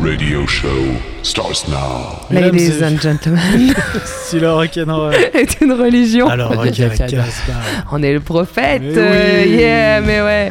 radio show starts now. Ladies and gentlemen. Si le rock'n'roll est une religion. Alors, rock à la Casbah. On est le prophète. Mais oui. Yeah, mais ouais.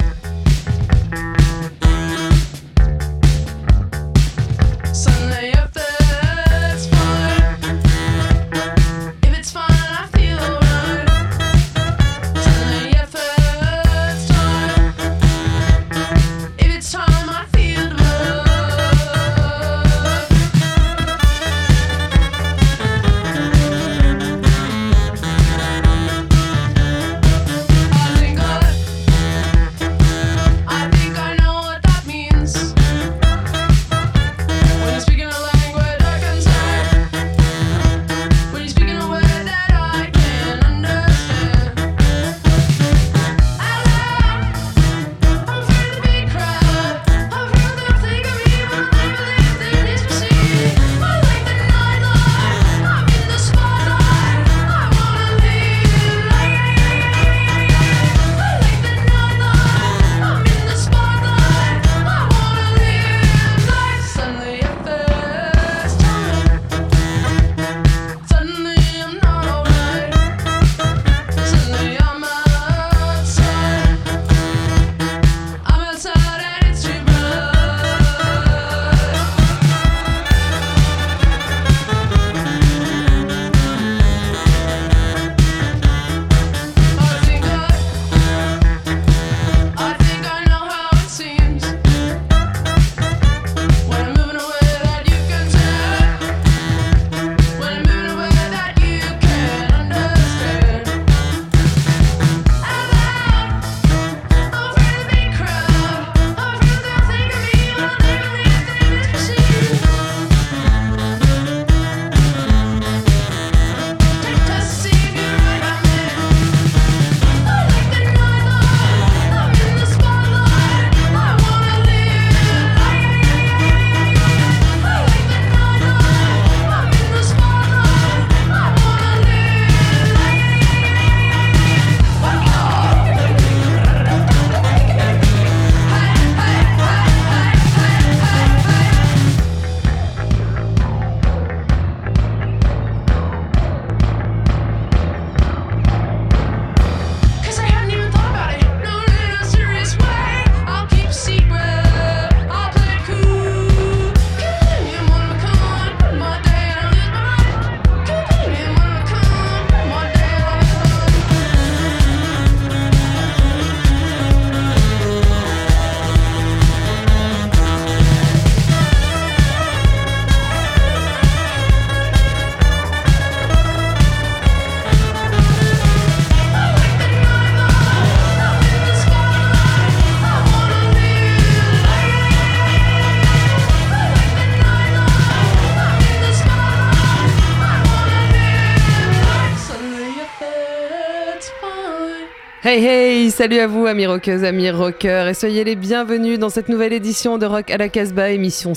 Hey hey, salut à vous amis rockeuses, amis rockeurs et soyez les bienvenus dans cette nouvelle édition de Rock à la Casbah, émission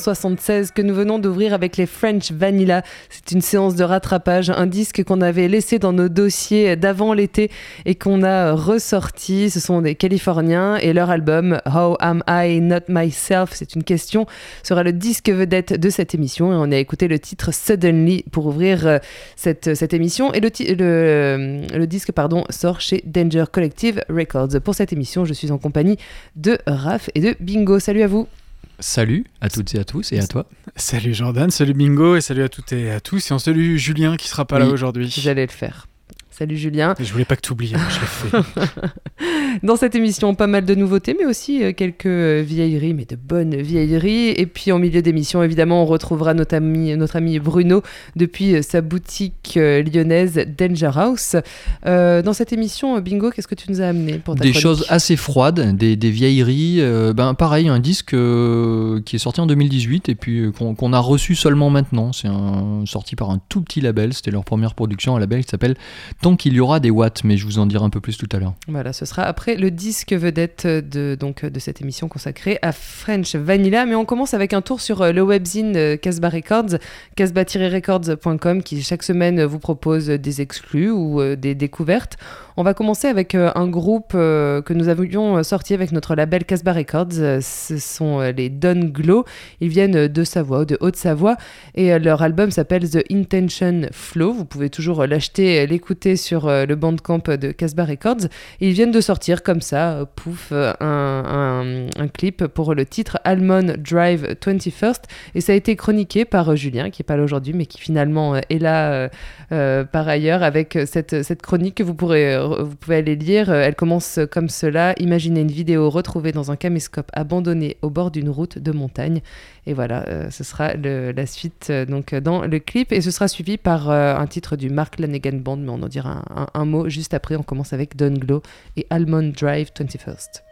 676 que nous venons d'ouvrir avec les French Vanilla. C'est une séance de rattrapage, un disque qu'on avait laissé dans nos dossiers d'avant l'été et qu'on a ressorti. Ce sont des Californiens et leur album How Am I Not Myself, c'est une question, sera le disque vedette de cette émission et on a écouté le titre Suddenly pour ouvrir cette émission et le disque sort chez Danger Collective Records. Pour cette émission, je suis en compagnie de Raph et de Bingo. Salut à vous. Salut à toutes et à tous et à toi. Salut Jordan, salut Bingo et salut à toutes et à tous. Et on salue Julien qui sera pas là aujourd'hui. J'allais le faire. Salut Julien. Je voulais pas que tu oublies, je l'ai fait. Dans cette émission, pas mal de nouveautés, mais aussi quelques vieilleries, mais de bonnes vieilleries. Et puis en milieu d'émission, évidemment, on retrouvera notre ami Bruno depuis sa boutique lyonnaise Danger House. Dans cette émission, Bingo, qu'est-ce que tu nous as amené pour ta chronique ? Des choses assez froides, des vieilleries. Pareil, un disque qui est sorti en 2018 et puis qu'on a reçu seulement maintenant. C'est sorti par un tout petit label. C'était leur première production, un label qui s'appelle Tant qu'il y aura des watts, mais je vous en dirai un peu plus tout à l'heure. Voilà, ce sera après après le disque vedette de cette émission consacrée à French Vanilla. Mais on commence avec un tour sur le webzine Casbah Records, casbah-records.com, qui chaque semaine vous propose des exclus ou des découvertes. On va commencer avec un groupe que nous avions sorti avec notre label Casbah Records. Ce sont les Don Glow. Ils viennent de Savoie, de Haute-Savoie, et leur album s'appelle The Intention Flow. Vous pouvez toujours l'acheter, l'écouter sur le Bandcamp de Casbah Records. Et ils viennent de sortir comme ça, pouf, un clip pour le titre Almond Drive 21st. Et ça a été chroniqué par Julien, qui n'est pas là aujourd'hui, mais qui finalement est là par ailleurs avec cette chronique que vous pouvez aller lire. Elle commence comme cela. Imaginez une vidéo retrouvée dans un caméscope abandonné au bord d'une route de montagne. Et voilà, ce sera la suite donc dans le clip. Et ce sera suivi par un titre du Mark Lanegan Band, mais on en dira un mot juste après. On commence avec Don Glow et Almond Drive 21st.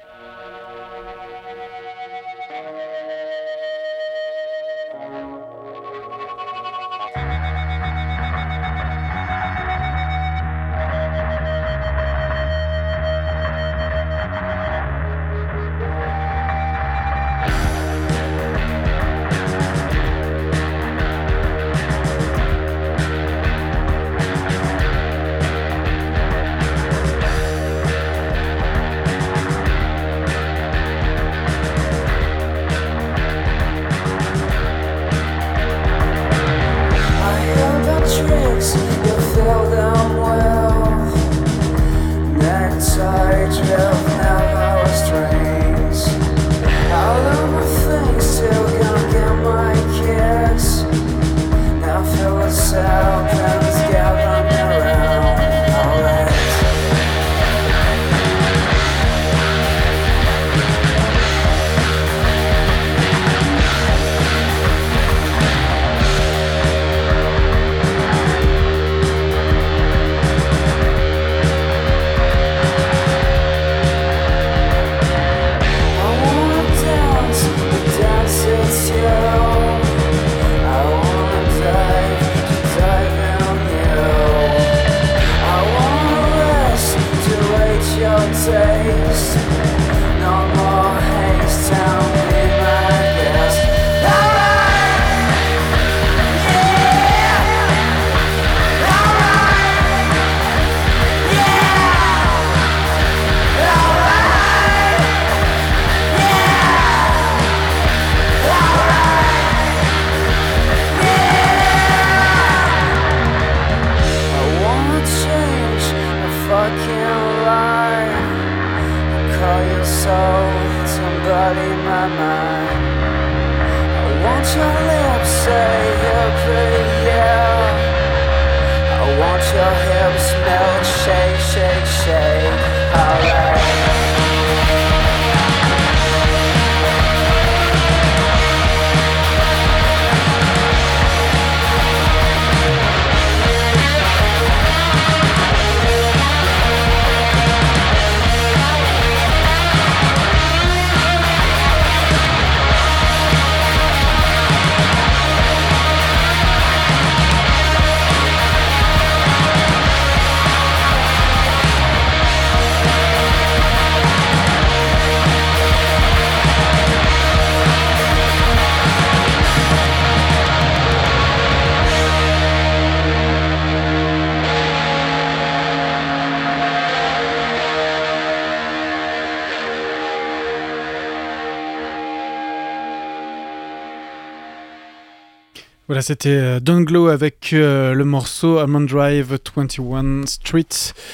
Voilà, c'était Don Glow avec le morceau Almond Drive 21 Street.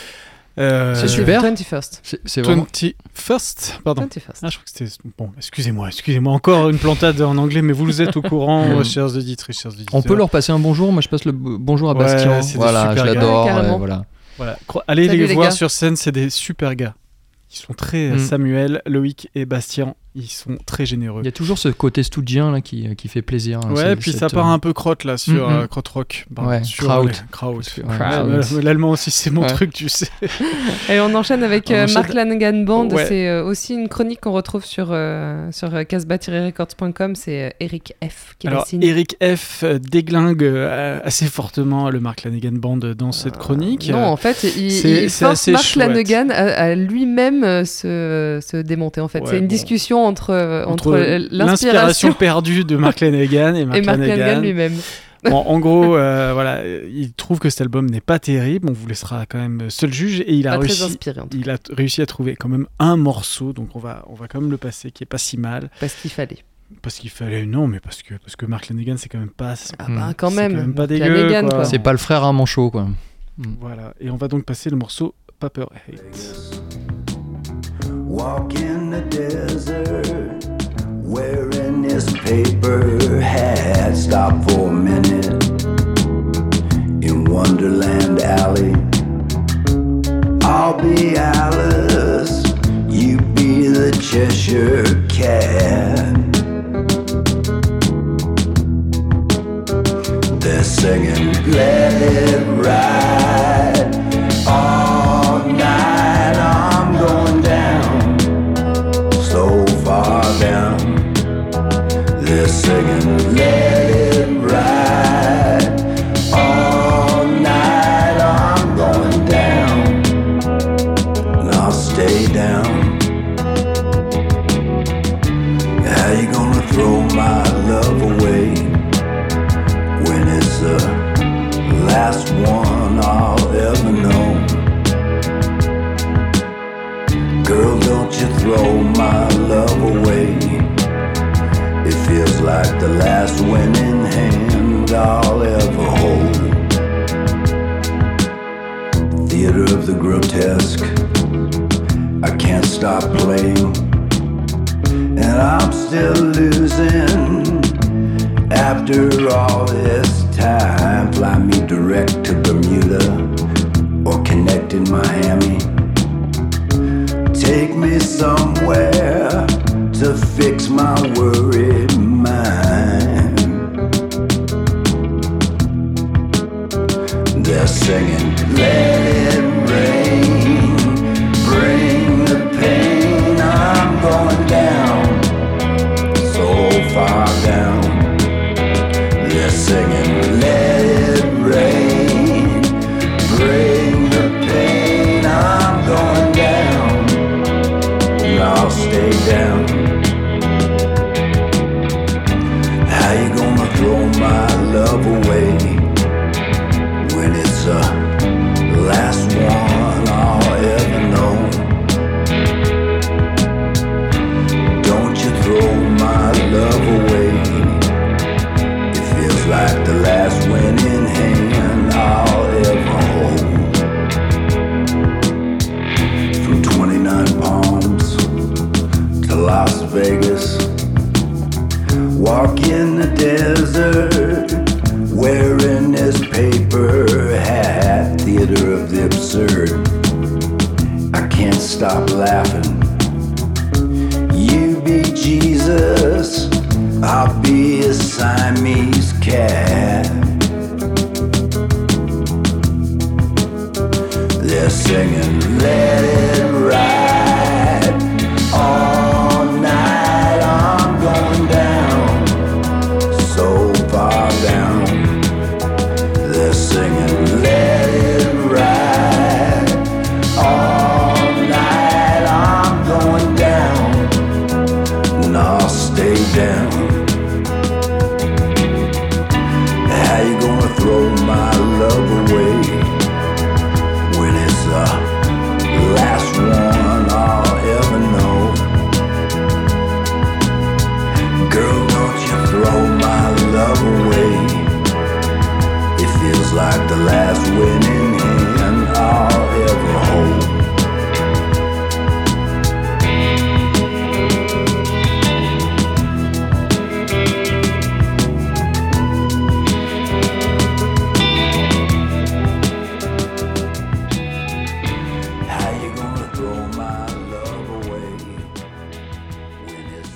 C'est super. 21st. C'est vraiment... 21st, pardon. 21st. Ah, je crois que c'était... Bon, excusez-moi, encore une plantade en anglais, mais vous êtes au courant, chers auditrices, chers auditeurs. On peut leur passer un bonjour. Moi, je passe le bonjour à Bastien. C'est voilà, je l'adore. Voilà. Allez Salut, les voir gars. sur scène, c'est des super gars. Ils sont très Samuel, Loïc et Bastien. Ils sont très généreux. Il y a toujours ce côté stoudien là qui fait plaisir. Hein. Ouais, puis ça part un peu crotte là sur crotte-rock. Ouais, sur Kraut. Kraut. Ouais. L'allemand aussi, c'est mon truc, tu sais. Et on enchaîne avec Mark Lanegan Band. Ouais. C'est aussi une chronique qu'on retrouve sur casbah-records.com. C'est Eric F. qui la signe. Eric F. déglingue assez fortement le Mark Lanegan Band dans cette chronique. Non, en fait, il force Mark Lanegan à lui-même se démonter. En fait, c'est une discussion entre l'inspiration perdue de Mark Lanegan et Mark Lanegan lui-même. Bon, en gros, voilà, il trouve que cet album n'est pas terrible. On vous laissera quand même seul juge. Et il a réussi à trouver quand même un morceau. Donc on va quand même le passer, qui est pas si mal. Parce qu'il fallait. Non, mais parce que Mark Lanegan, c'est quand même pas. Quand même. C'est quand même pas dégueu. Lanegan, quoi. C'est pas le frère à Manchot, quoi. Voilà. Et on va donc passer le morceau Paperhate. Walk in the desert, wearing this paper hat. Stop for a minute in Wonderland Alley. I'll be Alice, you be the Cheshire Cat. They're singing, let it ride all night. I'm going down, so far down. They're singing, let it ride all night. I'm going down, and I'll stay down. How you gonna throw my love away when it's the last one I'll ever know? Girl, don't you throw my love away. It feels like the last winning hand I'll ever hold. Theater of the grotesque, I can't stop playing, and I'm still losing. After all this time, fly me direct to Bermuda or connect in Miami. Take me somewhere to fix my worried mind. They're singing, let it rain, bring the pain. I'm going down, so far down. They're singing, let it rain, bring the pain. I'm going down, and I'll stay down. How you gonna throw my love away when it's the last one I'll ever know? Don't you throw my love away. It feels like the last winning hand I'll ever hold. From 29 Palms to Las Vegas, walk in the desert, wearing this paper hat. Theater of the absurd, I can't stop laughing. You be Jesus, I'll be a Siamese cat. They're singing, let it ride all night. I'm going down, so far down. They're singing, let it ride all night. I'm going down, and I'll stay down. How you gonna throw my love away when it's the last one I'll ever know? Girl, don't you throw my love away. It feels like the last winning hand I'll ever hold. How you gonna throw my love away when it's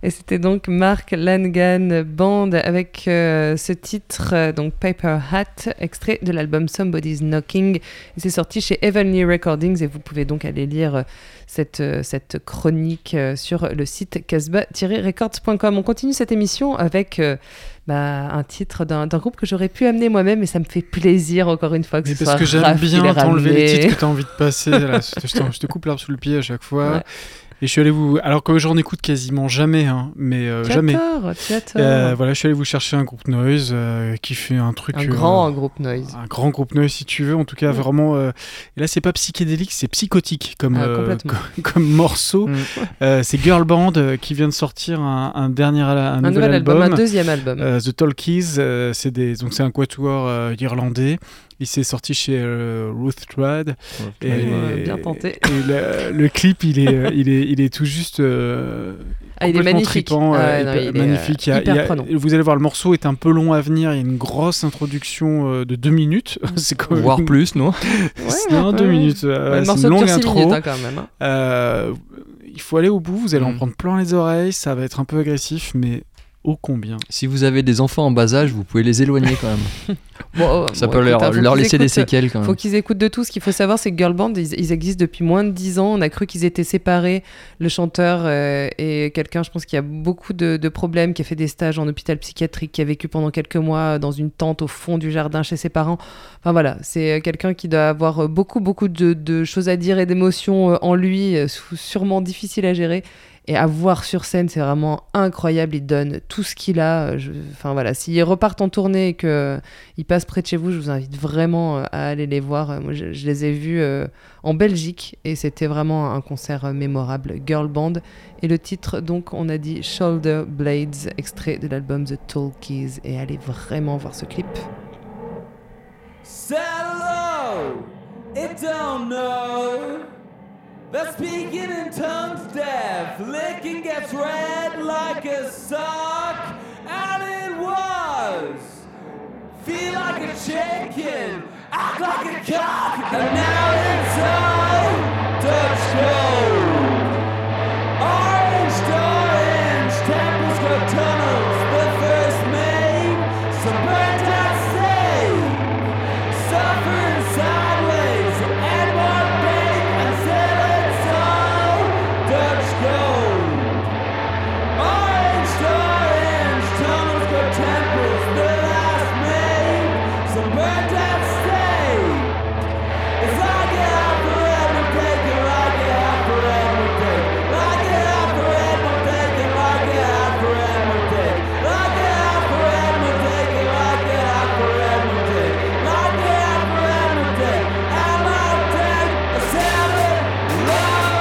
Et c'était donc Mark Lanegan Band avec ce titre, donc Paper Hat, extrait de l'album Somebody's Knocking. Et c'est sorti chez Heavenly Recordings et vous pouvez donc aller lire cette chronique sur le site casbah-records.com. On continue cette émission avec un titre d'un groupe que j'aurais pu amener moi-même, et ça me fait plaisir encore une fois que ce soit parce que j'aime bien t'enlever les titres que tu as envie de passer. Là, je te coupe l'arbre sous le pied à chaque fois. Ouais. Et je suis allé alors que j'en écoute quasiment jamais, mais jamais. Tu as tort. Voilà, je suis allé vous chercher un groupe noise qui fait un truc. Un grand groupe noise. Un grand groupe noise si tu veux, en tout cas vraiment. Et là, c'est pas psychédélique, c'est psychotique comme morceau. C'est Girl Band qui vient de sortir un nouvel album, un deuxième album. The Talkies, donc c'est un quatuor irlandais. Il s'est sorti chez Ruth Trad. Bien tenté. Et le clip, il est tout juste il est magnifique. Trippant, magnifique. Hyper prenant. Vous allez voir, le morceau est un peu long à venir. Il y a une grosse introduction de 2 minutes. C'est voire plus, non? Non, 2 minutes. C'est une longue intro. Minutes, quand même. Il faut aller au bout. Vous allez en prendre plein les oreilles. Ça va être un peu agressif, mais ô combien. Si vous avez des enfants en bas âge, vous pouvez les éloigner quand même. Ça peut leur laisser des séquelles quand même. Faut qu'ils écoutent de tout. Ce qu'il faut savoir, c'est que Girl Band, ils existent depuis moins de 10 ans. On a cru qu'ils étaient séparés, le chanteur et quelqu'un, je pense, qui a beaucoup de problèmes, qui a fait des stages en hôpital psychiatrique, qui a vécu pendant quelques mois dans une tente au fond du jardin chez ses parents. Enfin voilà, c'est quelqu'un qui doit avoir beaucoup de choses à dire et d'émotions en lui, sûrement difficiles à gérer. Et à voir sur scène, c'est vraiment incroyable. Il donne tout ce qu'il a. Enfin voilà, s'ils repartent en tournée et qu'ils passent près de chez vous, je vous invite vraiment à aller les voir. Moi, je les ai vus en Belgique et c'était vraiment un concert mémorable. Girl Band. Et le titre, donc, on a dit Shoulder Blades, extrait de l'album The Talkies. Et allez vraiment voir ce clip. Hello, it don't know. The speaking in tongues deaf, licking gets red like a sock, and it was. Feel like a chicken, act like a cock, and now it's all Dutch gold. Orange, temples got tunnels, the first main, some burnt out state, suffering sideways, and one bake and sail. Dutch gold. Orange, tunnels got temples, the last made, some burnt out state. It's like it out for Edmund Bacon, like it out for Edmund Bacon, like it out for Edmund Bacon, like it out for Edmund Bacon, like it out for Edmund Bacon, like it out for Edmund Bacon, like it out for Edmund Bacon, and I'll take a salad low.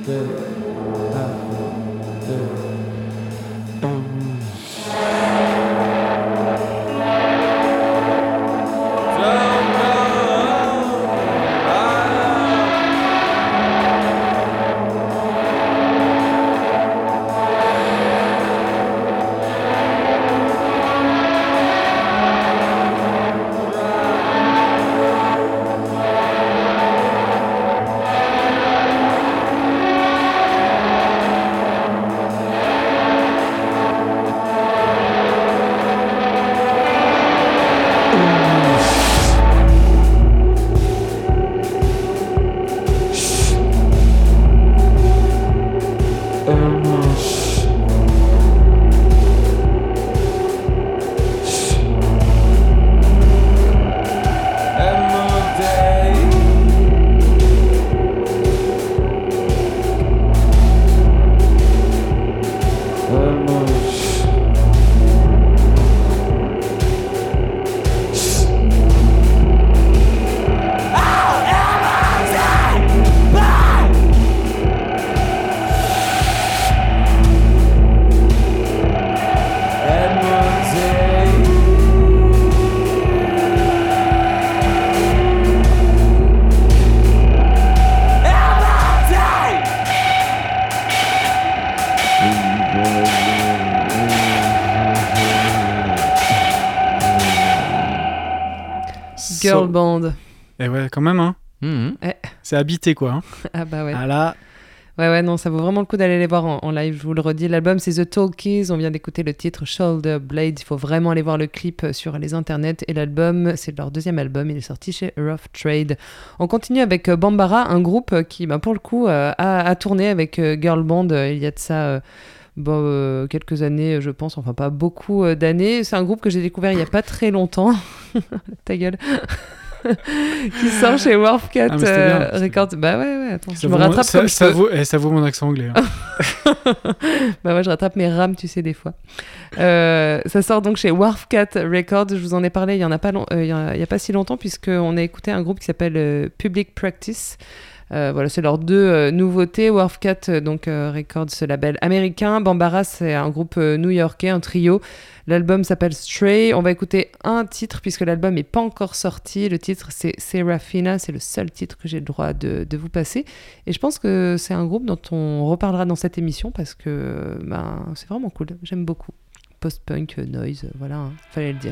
Girl band. Et ouais, quand même, hein. Ouais. C'est habité, quoi. Hein. Ah bah ouais. Ah là... Ouais, non, ça vaut vraiment le coup d'aller les voir en live, je vous le redis. L'album, c'est The Talkies, on vient d'écouter le titre Shoulder Blades, il faut vraiment aller voir le clip sur les internets. Et l'album, c'est leur deuxième album, il est sorti chez Rough Trade. On continue avec Bambara, un groupe qui, pour le coup, a tourné avec Girl Band il y a de ça... quelques années, je pense, enfin pas beaucoup d'années. C'est un groupe que j'ai découvert il y a pas très longtemps. Ta guelle. Qui sort chez Wharfcat Records. Bah ouais, attends, je me rattrape comme ça vaut mon accent anglais. Hein. Bah ouais, je rattrape mes rames, tu sais, des fois. Ça sort donc chez Wharfcat Records. Je vous en ai parlé il y a pas si longtemps, puisqu'on a écouté un groupe qui s'appelle Public Practice. Voilà, c'est leurs deux nouveautés. Wharfcat, donc Records, ce label américain. Bambara, c'est un groupe new-yorkais, un trio. L'album s'appelle Stray. On va écouter un titre puisque l'album n'est pas encore sorti. Le titre, c'est Serafina. C'est le seul titre que j'ai le droit de vous passer. Et je pense que c'est un groupe dont on reparlera dans cette émission parce que c'est vraiment cool. J'aime beaucoup. Post-punk, noise, voilà, hein, fallait le dire.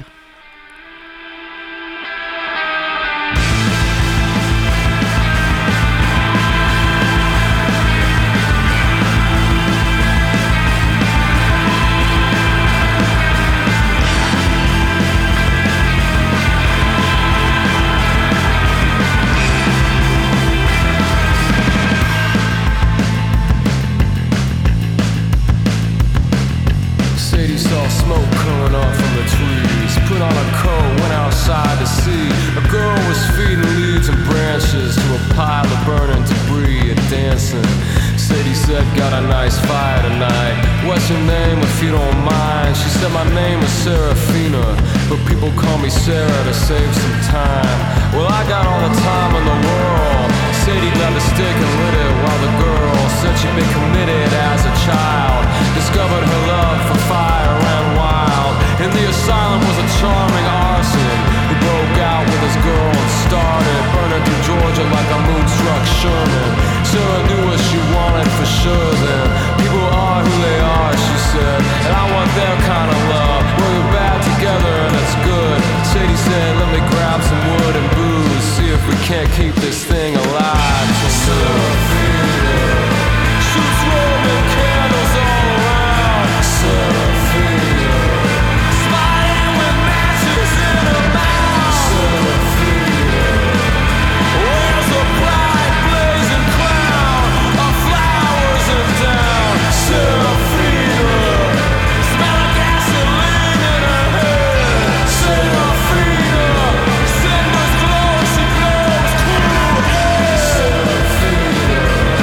Smoke coming up from the trees. Put on a coat, went outside to see. A girl was feeding leaves and branches to a pile of burning debris and dancing. Sadie said, got a nice fire tonight. What's your name if you don't mind? She said, my name is Serafina, but people call me Sarah to save some time. Well, I got all the time in the world. Sadie grabbed a stick and lit it while the girl said she'd been committed as a child. Discovered her love for fire ran wild. In the asylum was a charming arson who broke out with his girl and started burning through Georgia like a moonstruck Sherman. Sarah knew what she wanted for sure then. People are who they are, she said, and I want their kind of love. We're bad together and it's good. Sadie said, let me grab some wood and booze, see if we can't keep this thing alive. Serafina shoots Roman candles all around. Serafina smiling with matches in her mouth. Serafina wears a black blazing crown of flowers and down. Serafina smell of gasoline in her head. Serafina cinders glow, she glows cool. Serafina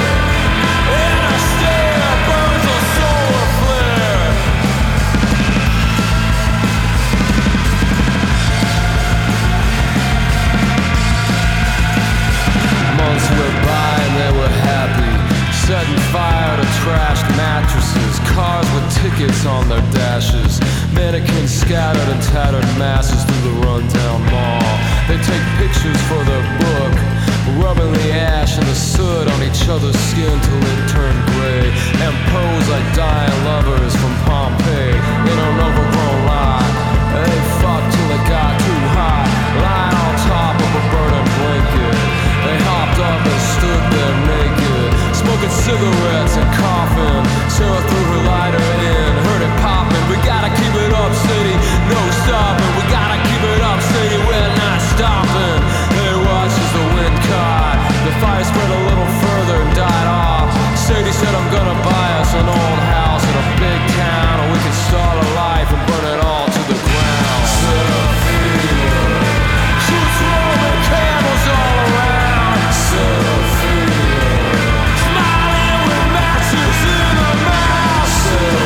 trashed mattresses, cars with tickets on their dashes, mannequins scattered in tattered masses through the rundown mall. They take pictures for their book, rubbing the ash and the soot on each other's skin till it turned gray, and pose like dying lovers from Pompeii in an overgrown lot. They fucked till it got too hot, lying on top of a burning blanket. They hopped up and stood there naked, smoking cigarettes and coughing. Sarah threw her lighter in, heard it popping. We gotta keep it up, city, no stopping. We gotta keep it up, city, we're not stopping. They watched as the wind caught, the fire spread a little further and died off. Sadie said, I'm gonna buy us an old house in a big town, and we can start a life and burn it all to the ground. Shoots Roman candles all around. Smiling with matches in her mouth.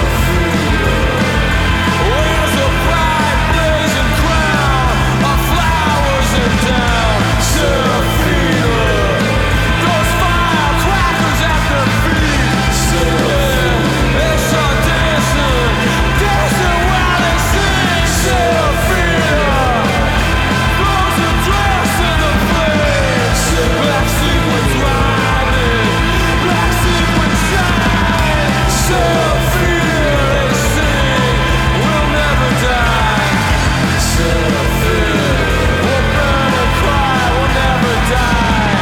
Wears a bright blazing crown of flowers and down. Serafina, those firecrackers at their feet. They start dancing, dancing while they sing. Serafina throws a dress in the flames. Black sequins riding, black sequins shine. Serafina, they sing, we'll never die. Serafina, we'll burn and cry, we'll never die.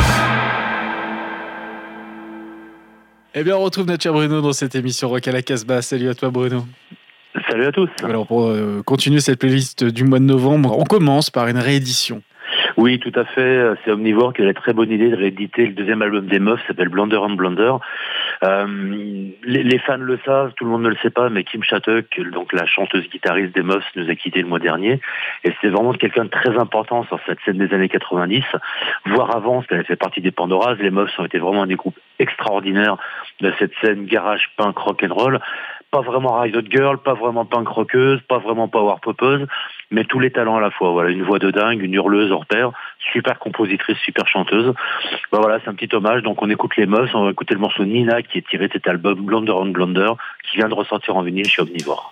Eh bien, on retrouve notre cher Bruno dans cette émission Rock à la Casbah. Salut à toi, Bruno. Salut à tous. Alors, pour continuer cette playlist du mois de novembre, on commence par une réédition. Oui, tout à fait. C'est Omnivore qui a la très bonne idée de rééditer le deuxième album des Meufs, s'appelle Blonder and Blunder. Les fans le savent, tout le monde ne le sait pas, mais Kim Shattuck, donc la chanteuse guitariste des Meufs, nous a quitté le mois dernier. Et c'est vraiment quelqu'un de très important sur cette scène des années 90. Voire avant, parce qu'elle avait fait partie des Pandoras. Les Meufs ont été vraiment un des groupes extraordinaires de cette scène garage punk rock'n'roll. Pas vraiment Riot Girl, pas vraiment punk rockeuse, pas vraiment power popeuse, mais tous les talents à la fois. Voilà, une voix de dingue, une hurleuse hors pair, super compositrice, super chanteuse. Ben voilà, c'est un petit hommage. Donc on écoute les Meufs, on va écouter le morceau Nina qui est tiré de cet album Blonder and Blunder qui vient de ressortir en vinyle chez Omnivore.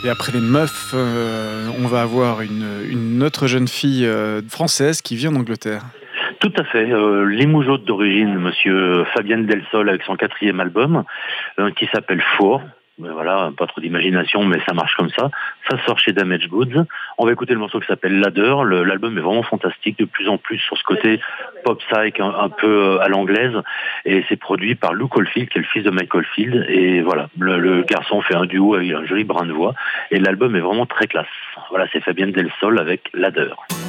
Et après les meufs, on va avoir une autre jeune fille française qui vit en Angleterre. Tout à fait. Limoujote d'origine, monsieur Fabienne Delsol, avec son 4e album, qui s'appelle Four. Voilà, pas trop d'imagination, mais ça marche comme ça. Ça sort chez Damaged Goods. On va écouter le morceau qui s'appelle Ladder. L'album est vraiment fantastique, de plus en plus sur ce côté pop psych un peu à l'anglaise. Et c'est produit par Lou Caulfield, qui est le fils de Mike Caulfield. Et voilà, le garçon fait un duo avec un joli brin de voix. Et l'album est vraiment très classe. Voilà, c'est Fabienne Delsol avec Ladder.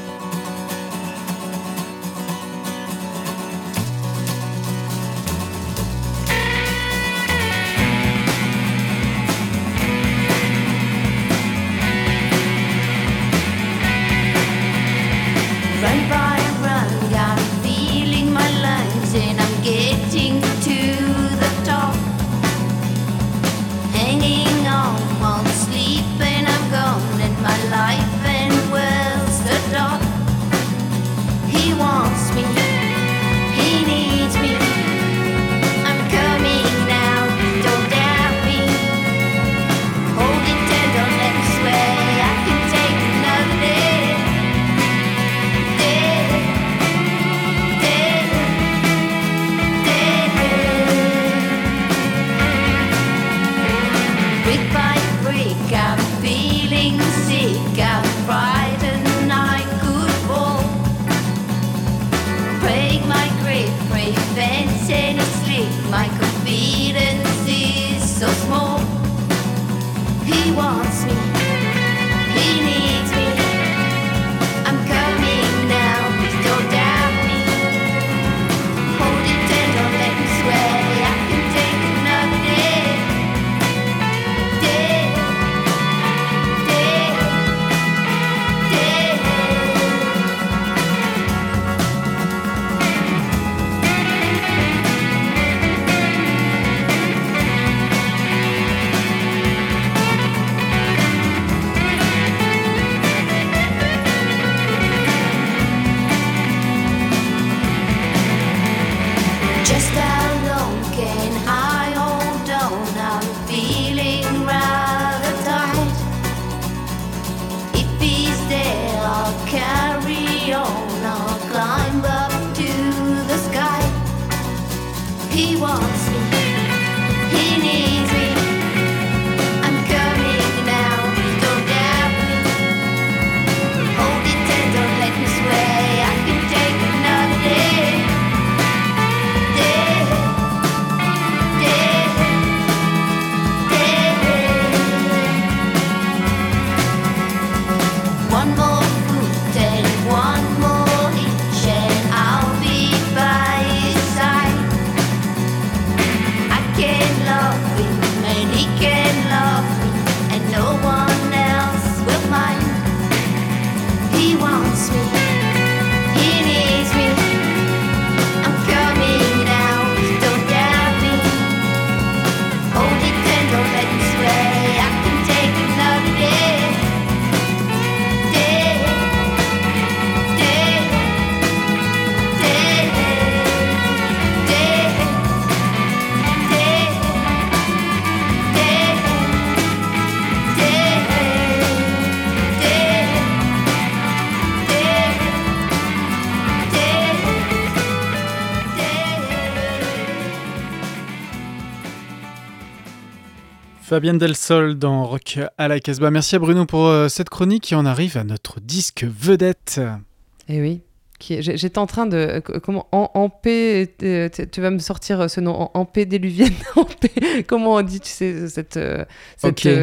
Fabienne Delsol dans Rock à la Casbah. Merci à Bruno pour cette chronique et on arrive à notre disque vedette. Eh oui. J'étais en train de... Comment en paix... Tu vas me sortir ce nom. En paix déluvienne. Comment on dit, tu sais, cette okay.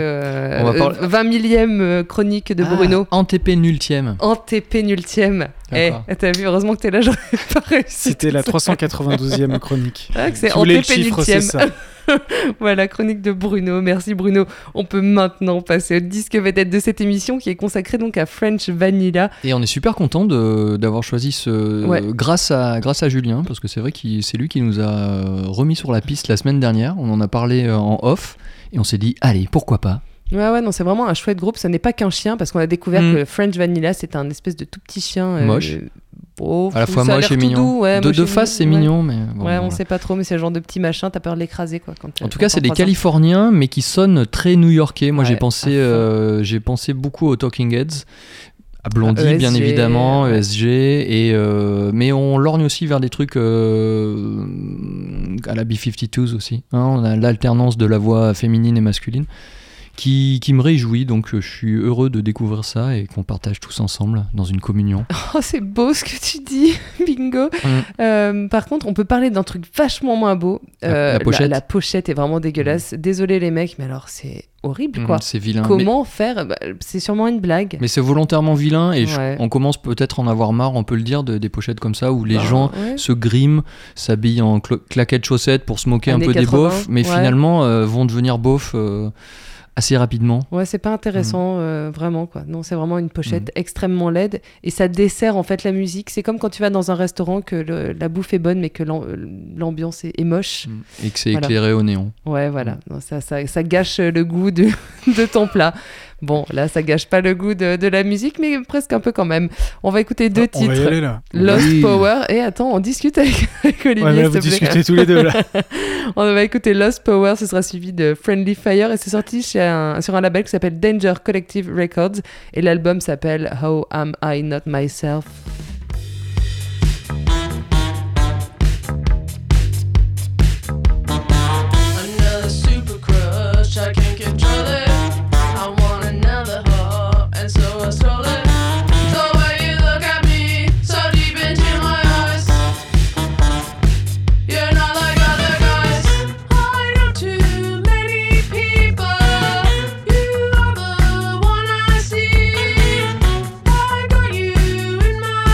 20 millième chronique de Bruno. Antépénultième. Antépénultième. T'as vu, heureusement que t'es là, j'aurais pas réussi. C'était la 392e chronique. Ah, c'est antépénultième. Voilà, chronique de Bruno. Merci Bruno. On peut maintenant passer au disque vedette de cette émission qui est consacrée donc à French Vanilla. Et on est super content d'avoir choisi grâce à Julien, parce que c'est vrai que c'est lui qui nous a remis sur la piste la semaine dernière. On en a parlé en off et on s'est dit allez, pourquoi pas. Ouais, non, c'est vraiment un chouette groupe. Ça n'est pas qu'un chien, parce qu'on a découvert que French Vanilla, c'est un espèce de tout petit chien. Moche. à la fois moche et mignon. Doux, ouais, de face, c'est mignon, mais bon, on sait pas trop, mais c'est le genre de petit machin, t'as peur de l'écraser, quoi. En tout cas, c'est des Californiens, mais qui sonnent très new-yorkais. Moi, j'ai pensé beaucoup aux Talking Heads. À Blondie, ESG, bien évidemment, ESG, mais on lorgne aussi vers des trucs à la B-52s aussi. On a l'alternance de la voix féminine et masculine qui me réjouit, donc je suis heureux de découvrir ça et qu'on partage tous ensemble dans une communion. Oh, c'est beau ce que tu dis, bingo. Par contre, on peut parler d'un truc vachement moins beau. La pochette. La pochette est vraiment dégueulasse. Désolé les mecs, mais alors c'est horrible, quoi. C'est vilain. Comment faire c'est sûrement une blague. Mais c'est volontairement vilain et on commence peut-être à en avoir marre, on peut le dire, des pochettes comme ça où les gens se griment, s'habillent en claquettes chaussettes pour se moquer un peu 80, des beaufs, mais finalement vont devenir beaufs assez rapidement. Ouais, c'est pas intéressant, vraiment, quoi. Non, c'est vraiment une pochette extrêmement laide et ça dessert en fait la musique. C'est comme quand tu vas dans un restaurant que la bouffe est bonne mais que l'ambiance est moche. Et que c'est éclairé au néon. Ouais, voilà. Non, ça gâche le goût de ton plat. Bon, là, ça gâche pas le goût de la musique, mais presque un peu quand même. On va écouter deux titres. On va y aller, là. Lost Power. Et attends, on discute avec Olivier. Ouais, mais là, vous discutez tous les deux, là. On va écouter Lost Power. Ce sera suivi de Friendly Fire. Et c'est sorti sur un label qui s'appelle Danger Collective Records. Et l'album s'appelle How Am I Not Myself? Another super crush, I can't control it. And so I stole it. The way you look at me, so deep into my eyes. You're not like other guys. I know too many people. You are the one I see. I got you in my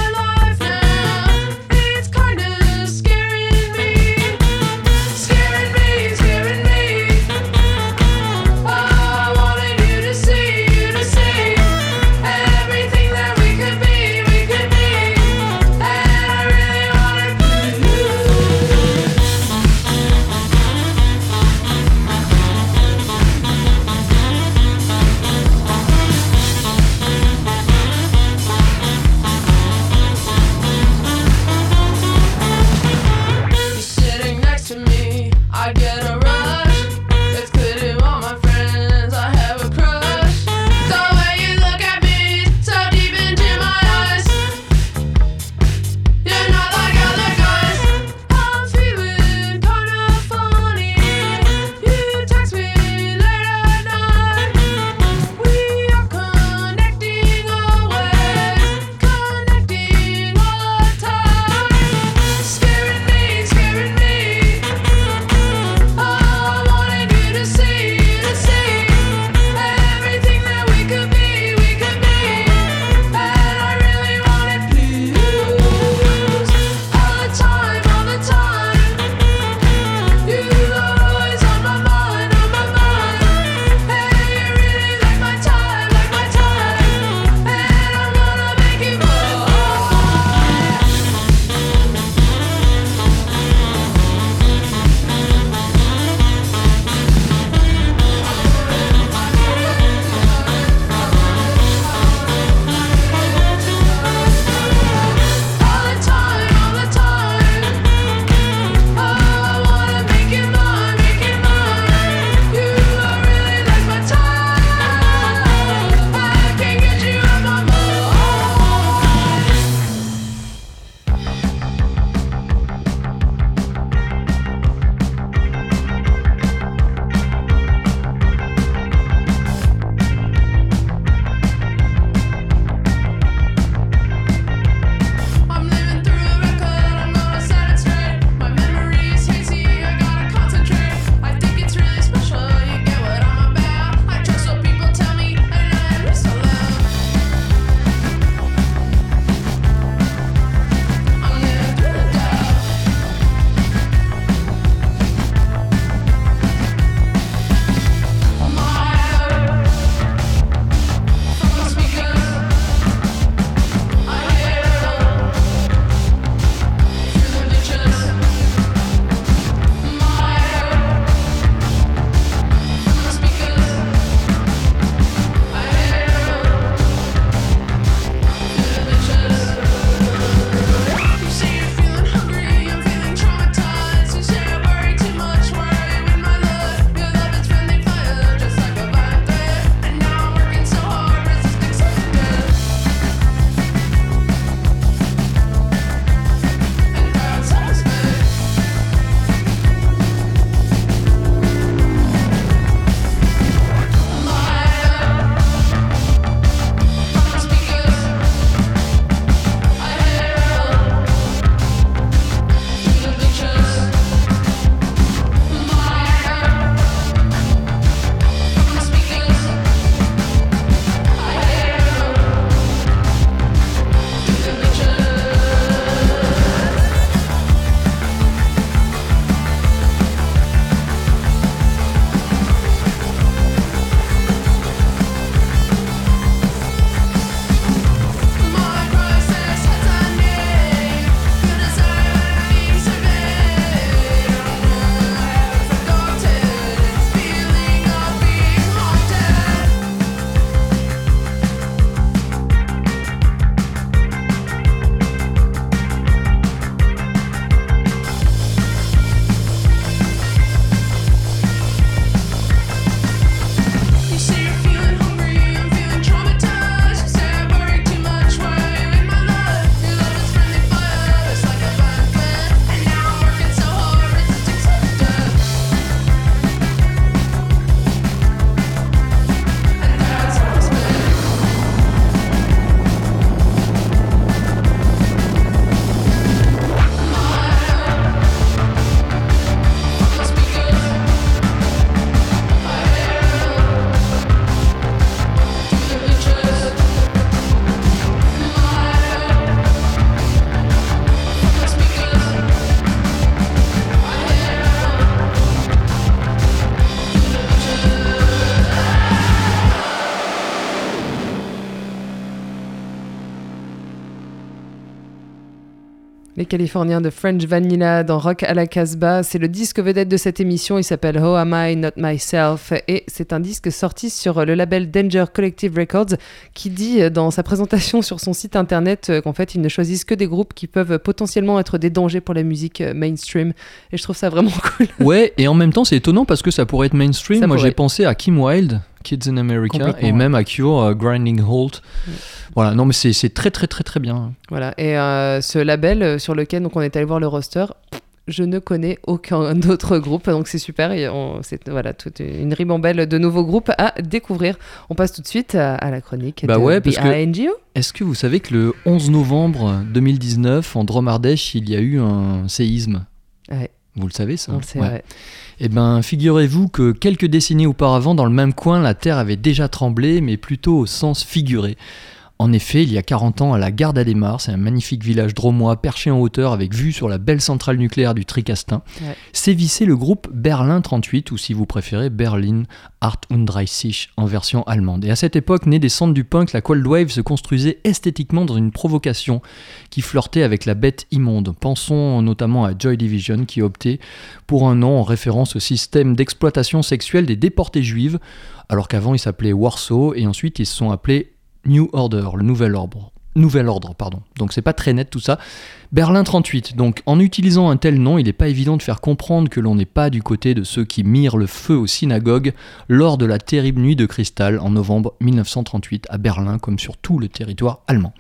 Les Californiens de French Vanilla dans Rock à la Casbah, c'est le disque vedette de cette émission, il s'appelle How Am I Not Myself et c'est un disque sorti sur le label Danger Collective Records qui dit dans sa présentation sur son site internet qu'en fait ils ne choisissent que des groupes qui peuvent potentiellement être des dangers pour la musique mainstream et je trouve ça vraiment cool. Ouais, et en même temps c'est étonnant parce que ça pourrait être mainstream, moi j'ai pensé à Kim Wilde, Kids in America, et même à Cure, Grinding Halt. Voilà, non mais c'est très très très très bien. Voilà, et ce label sur lequel donc, on est allé voir le roster, je ne connais aucun autre groupe, donc c'est super, et c'est voilà, toute une ribambelle de nouveaux groupes à découvrir. On passe tout de suite à la chronique de BINGO. Est-ce que vous savez que le 11 novembre 2019, en Dromardèche, il y a eu un séisme? Ouais. Vous le savez ça? On le sait, ouais. Eh bien, figurez-vous que quelques décennies auparavant, dans le même coin, la Terre avait déjà tremblé, mais plutôt au sens figuré. En effet, il y a 40 ans, à la gare d'Adhémar, c'est un magnifique village drômois perché en hauteur avec vue sur la belle centrale nucléaire du Tricastin, sévissait le groupe Berlin 38, ou si vous préférez, Berlin 38 en version allemande. Et à cette époque, née des cendres du punk, la Cold Wave se construisait esthétiquement dans une provocation qui flirtait avec la bête immonde. Pensons notamment à Joy Division qui optait pour un nom en référence au système d'exploitation sexuelle des déportés juives, alors qu'avant ils s'appelaient Warsaw et ensuite ils se sont appelés New Order, le nouvel ordre. Donc c'est pas très net tout ça. Berlin 38, donc en utilisant un tel nom, il n'est pas évident de faire comprendre que l'on n'est pas du côté de ceux qui mirent le feu aux synagogues lors de la terrible nuit de cristal en novembre 1938 à Berlin comme sur tout le territoire allemand.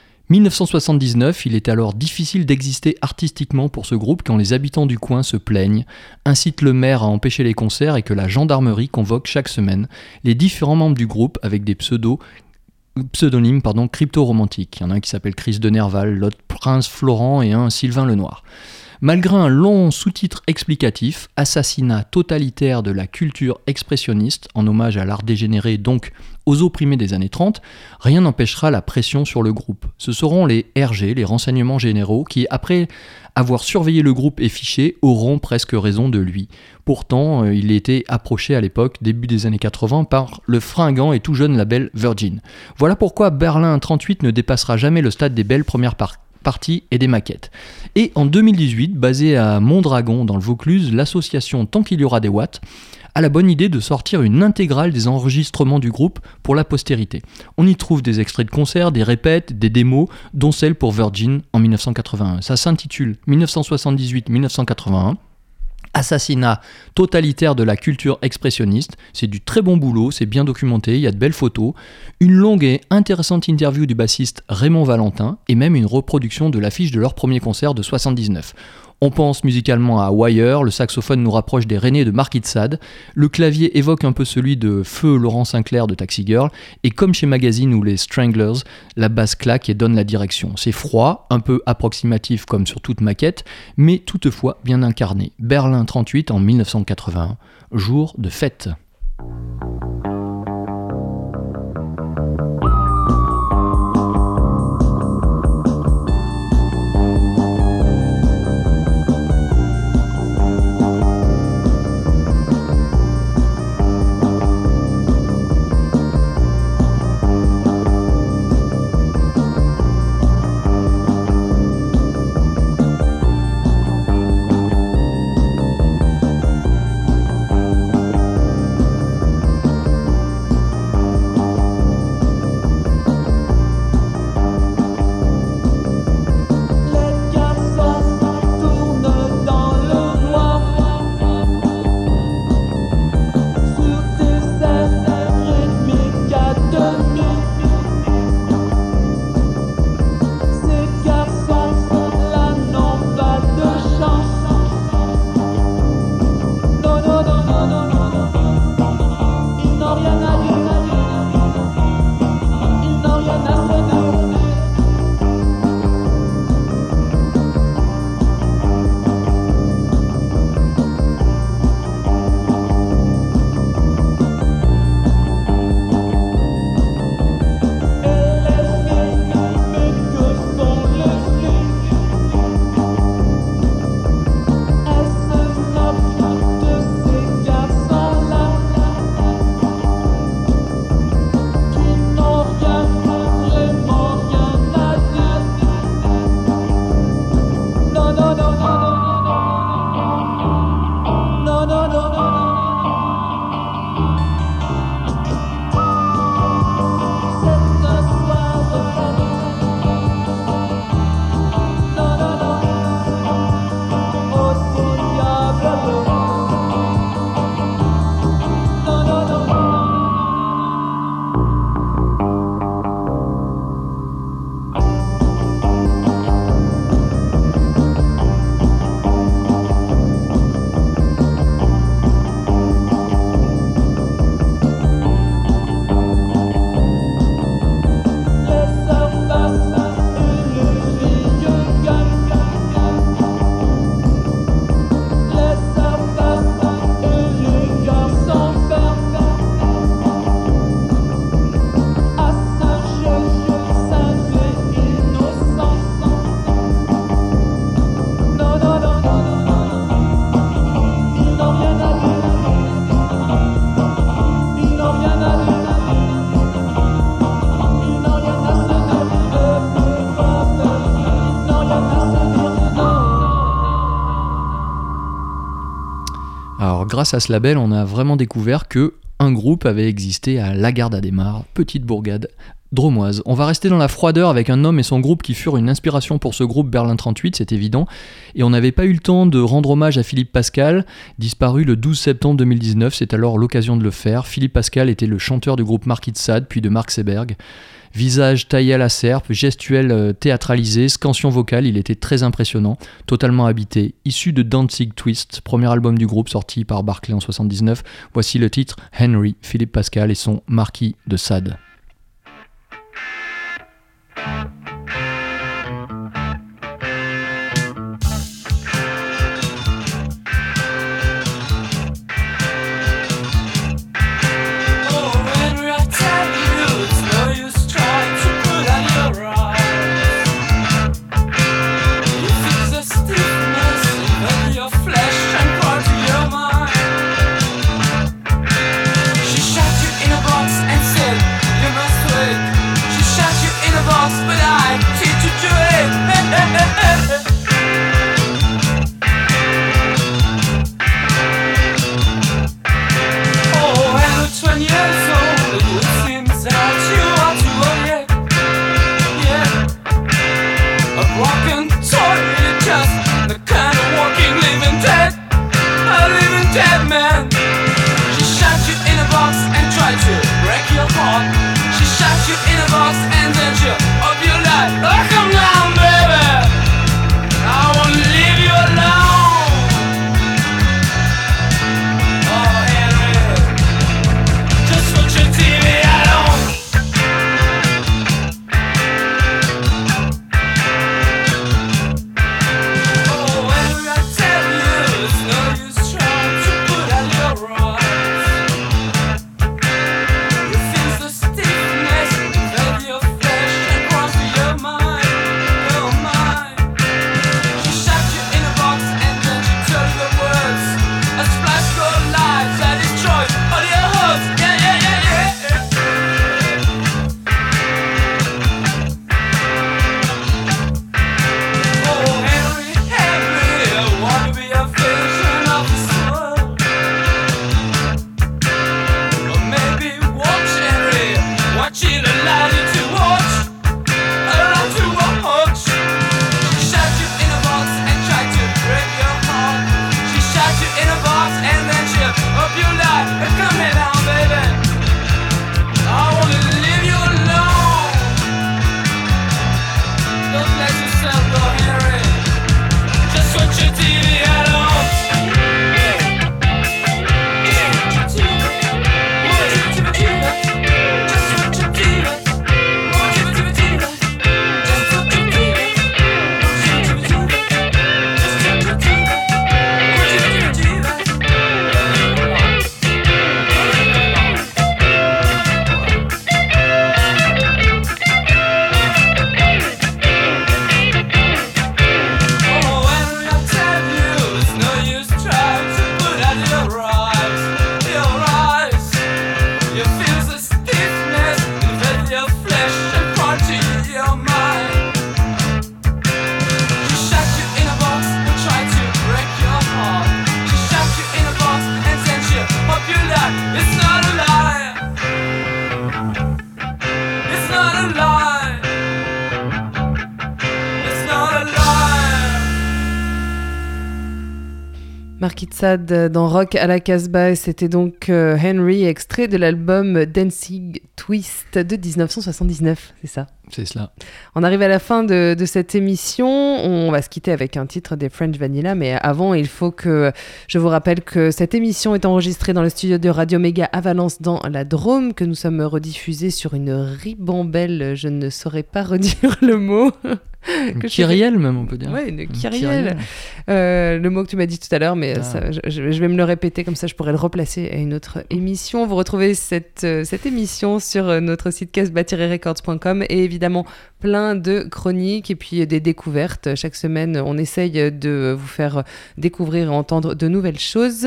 1979, il est alors difficile d'exister artistiquement pour ce groupe quand les habitants du coin se plaignent, incitent le maire à empêcher les concerts et que la gendarmerie convoque chaque semaine les différents membres du groupe avec des pseudonymes crypto-romantiques. Il y en a un qui s'appelle Chris de Nerval, l'autre Prince Florent et un Sylvain Lenoir. Malgré un long sous-titre explicatif, assassinat totalitaire de la culture expressionniste, en hommage à l'art dégénéré donc aux opprimés des années 30, rien n'empêchera la pression sur le groupe. Ce seront les RG, les renseignements généraux, qui, après avoir surveillé le groupe et fiché, auront presque raison de lui. Pourtant, il était approché à l'époque, début des années 80, par le fringant et tout jeune label Virgin. Voilà pourquoi Berlin 38 ne dépassera jamais le stade des belles premières parties et des maquettes. Et en 2018, basée à Mondragon dans le Vaucluse, l'association Tant qu'il y aura des watts a la bonne idée de sortir une intégrale des enregistrements du groupe pour la postérité. On y trouve des extraits de concerts, des répètes, des démos, dont celle pour Virgin en 1981. Ça s'intitule 1978-1981. Assassinat totalitaire de la culture expressionniste. C'est du très bon boulot, c'est bien documenté, il y a de belles photos, une longue et intéressante interview du bassiste Raymond Valentin et même une reproduction de l'affiche de leur premier concert de 79. On pense musicalement à Wire, le saxophone nous rapproche des René de Marquis de Sade, le clavier évoque un peu celui de Feu Laurent Sinclair de Taxi Girl, et comme chez Magazine ou les Stranglers, la basse claque et donne la direction. C'est froid, un peu approximatif comme sur toute maquette, mais toutefois bien incarné. Berlin 38 en 1981, jour de fête. Alors grâce à ce label, on a vraiment découvert que un groupe avait existé à Lagarde-Adhémar, petite bourgade dromoise. On va rester dans la froideur avec un homme et son groupe qui furent une inspiration pour ce groupe Berlin 38, c'est évident. Et on n'avait pas eu le temps de rendre hommage à Philippe Pascal, disparu le 12 septembre 2019, c'est alors l'occasion de le faire. Philippe Pascal était le chanteur du groupe Marquis de Sade, puis de Mark Seberg. Visage taillé à la serpe, gestuel théâtralisé, scansion vocale, il était très impressionnant, totalement habité. Issu de Danzig Twist, premier album du groupe sorti par Barclay en 79, voici le titre Henry, Philippe Pascal et son Marquis de Sade. Marquis de Sade dans Rock à la Casbah, et c'était donc Henry, extrait de l'album Danzig Twist de 1979, c'est ça? C'est cela. On arrive à la fin de cette émission, on va se quitter avec un titre des French Vanilla, mais avant il faut que je vous rappelle que cette émission est enregistrée dans le studio de Radio Méga à Valence dans la Drôme, que nous sommes rediffusés sur une ribambelle, je ne saurais pas redire le mot. Une kyrielle même, on peut dire. Oui, une kyrielle. Le mot que tu m'as dit tout à l'heure, mais ça, je vais me le répéter, comme ça je pourrais le replacer à une autre émission. Vous retrouvez cette émission sur notre site casbah-records.com et évidemment plein de chroniques et puis des découvertes. Chaque semaine, on essaye de vous faire découvrir et entendre de nouvelles choses.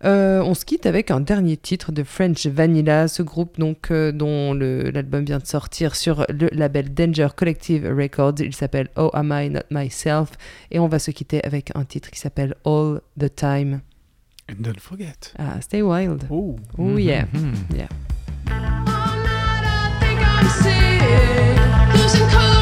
On se quitte avec un dernier titre de French Vanilla, ce groupe donc, dont l'album vient de sortir sur le label Danger Collective Records. Il s'appelle Oh Am I Not Myself, et on va se quitter avec un titre qui s'appelle All the Time. And don't forget. Ah, Stay Wild. Oh, yeah. All night I think I'm sick, losing color.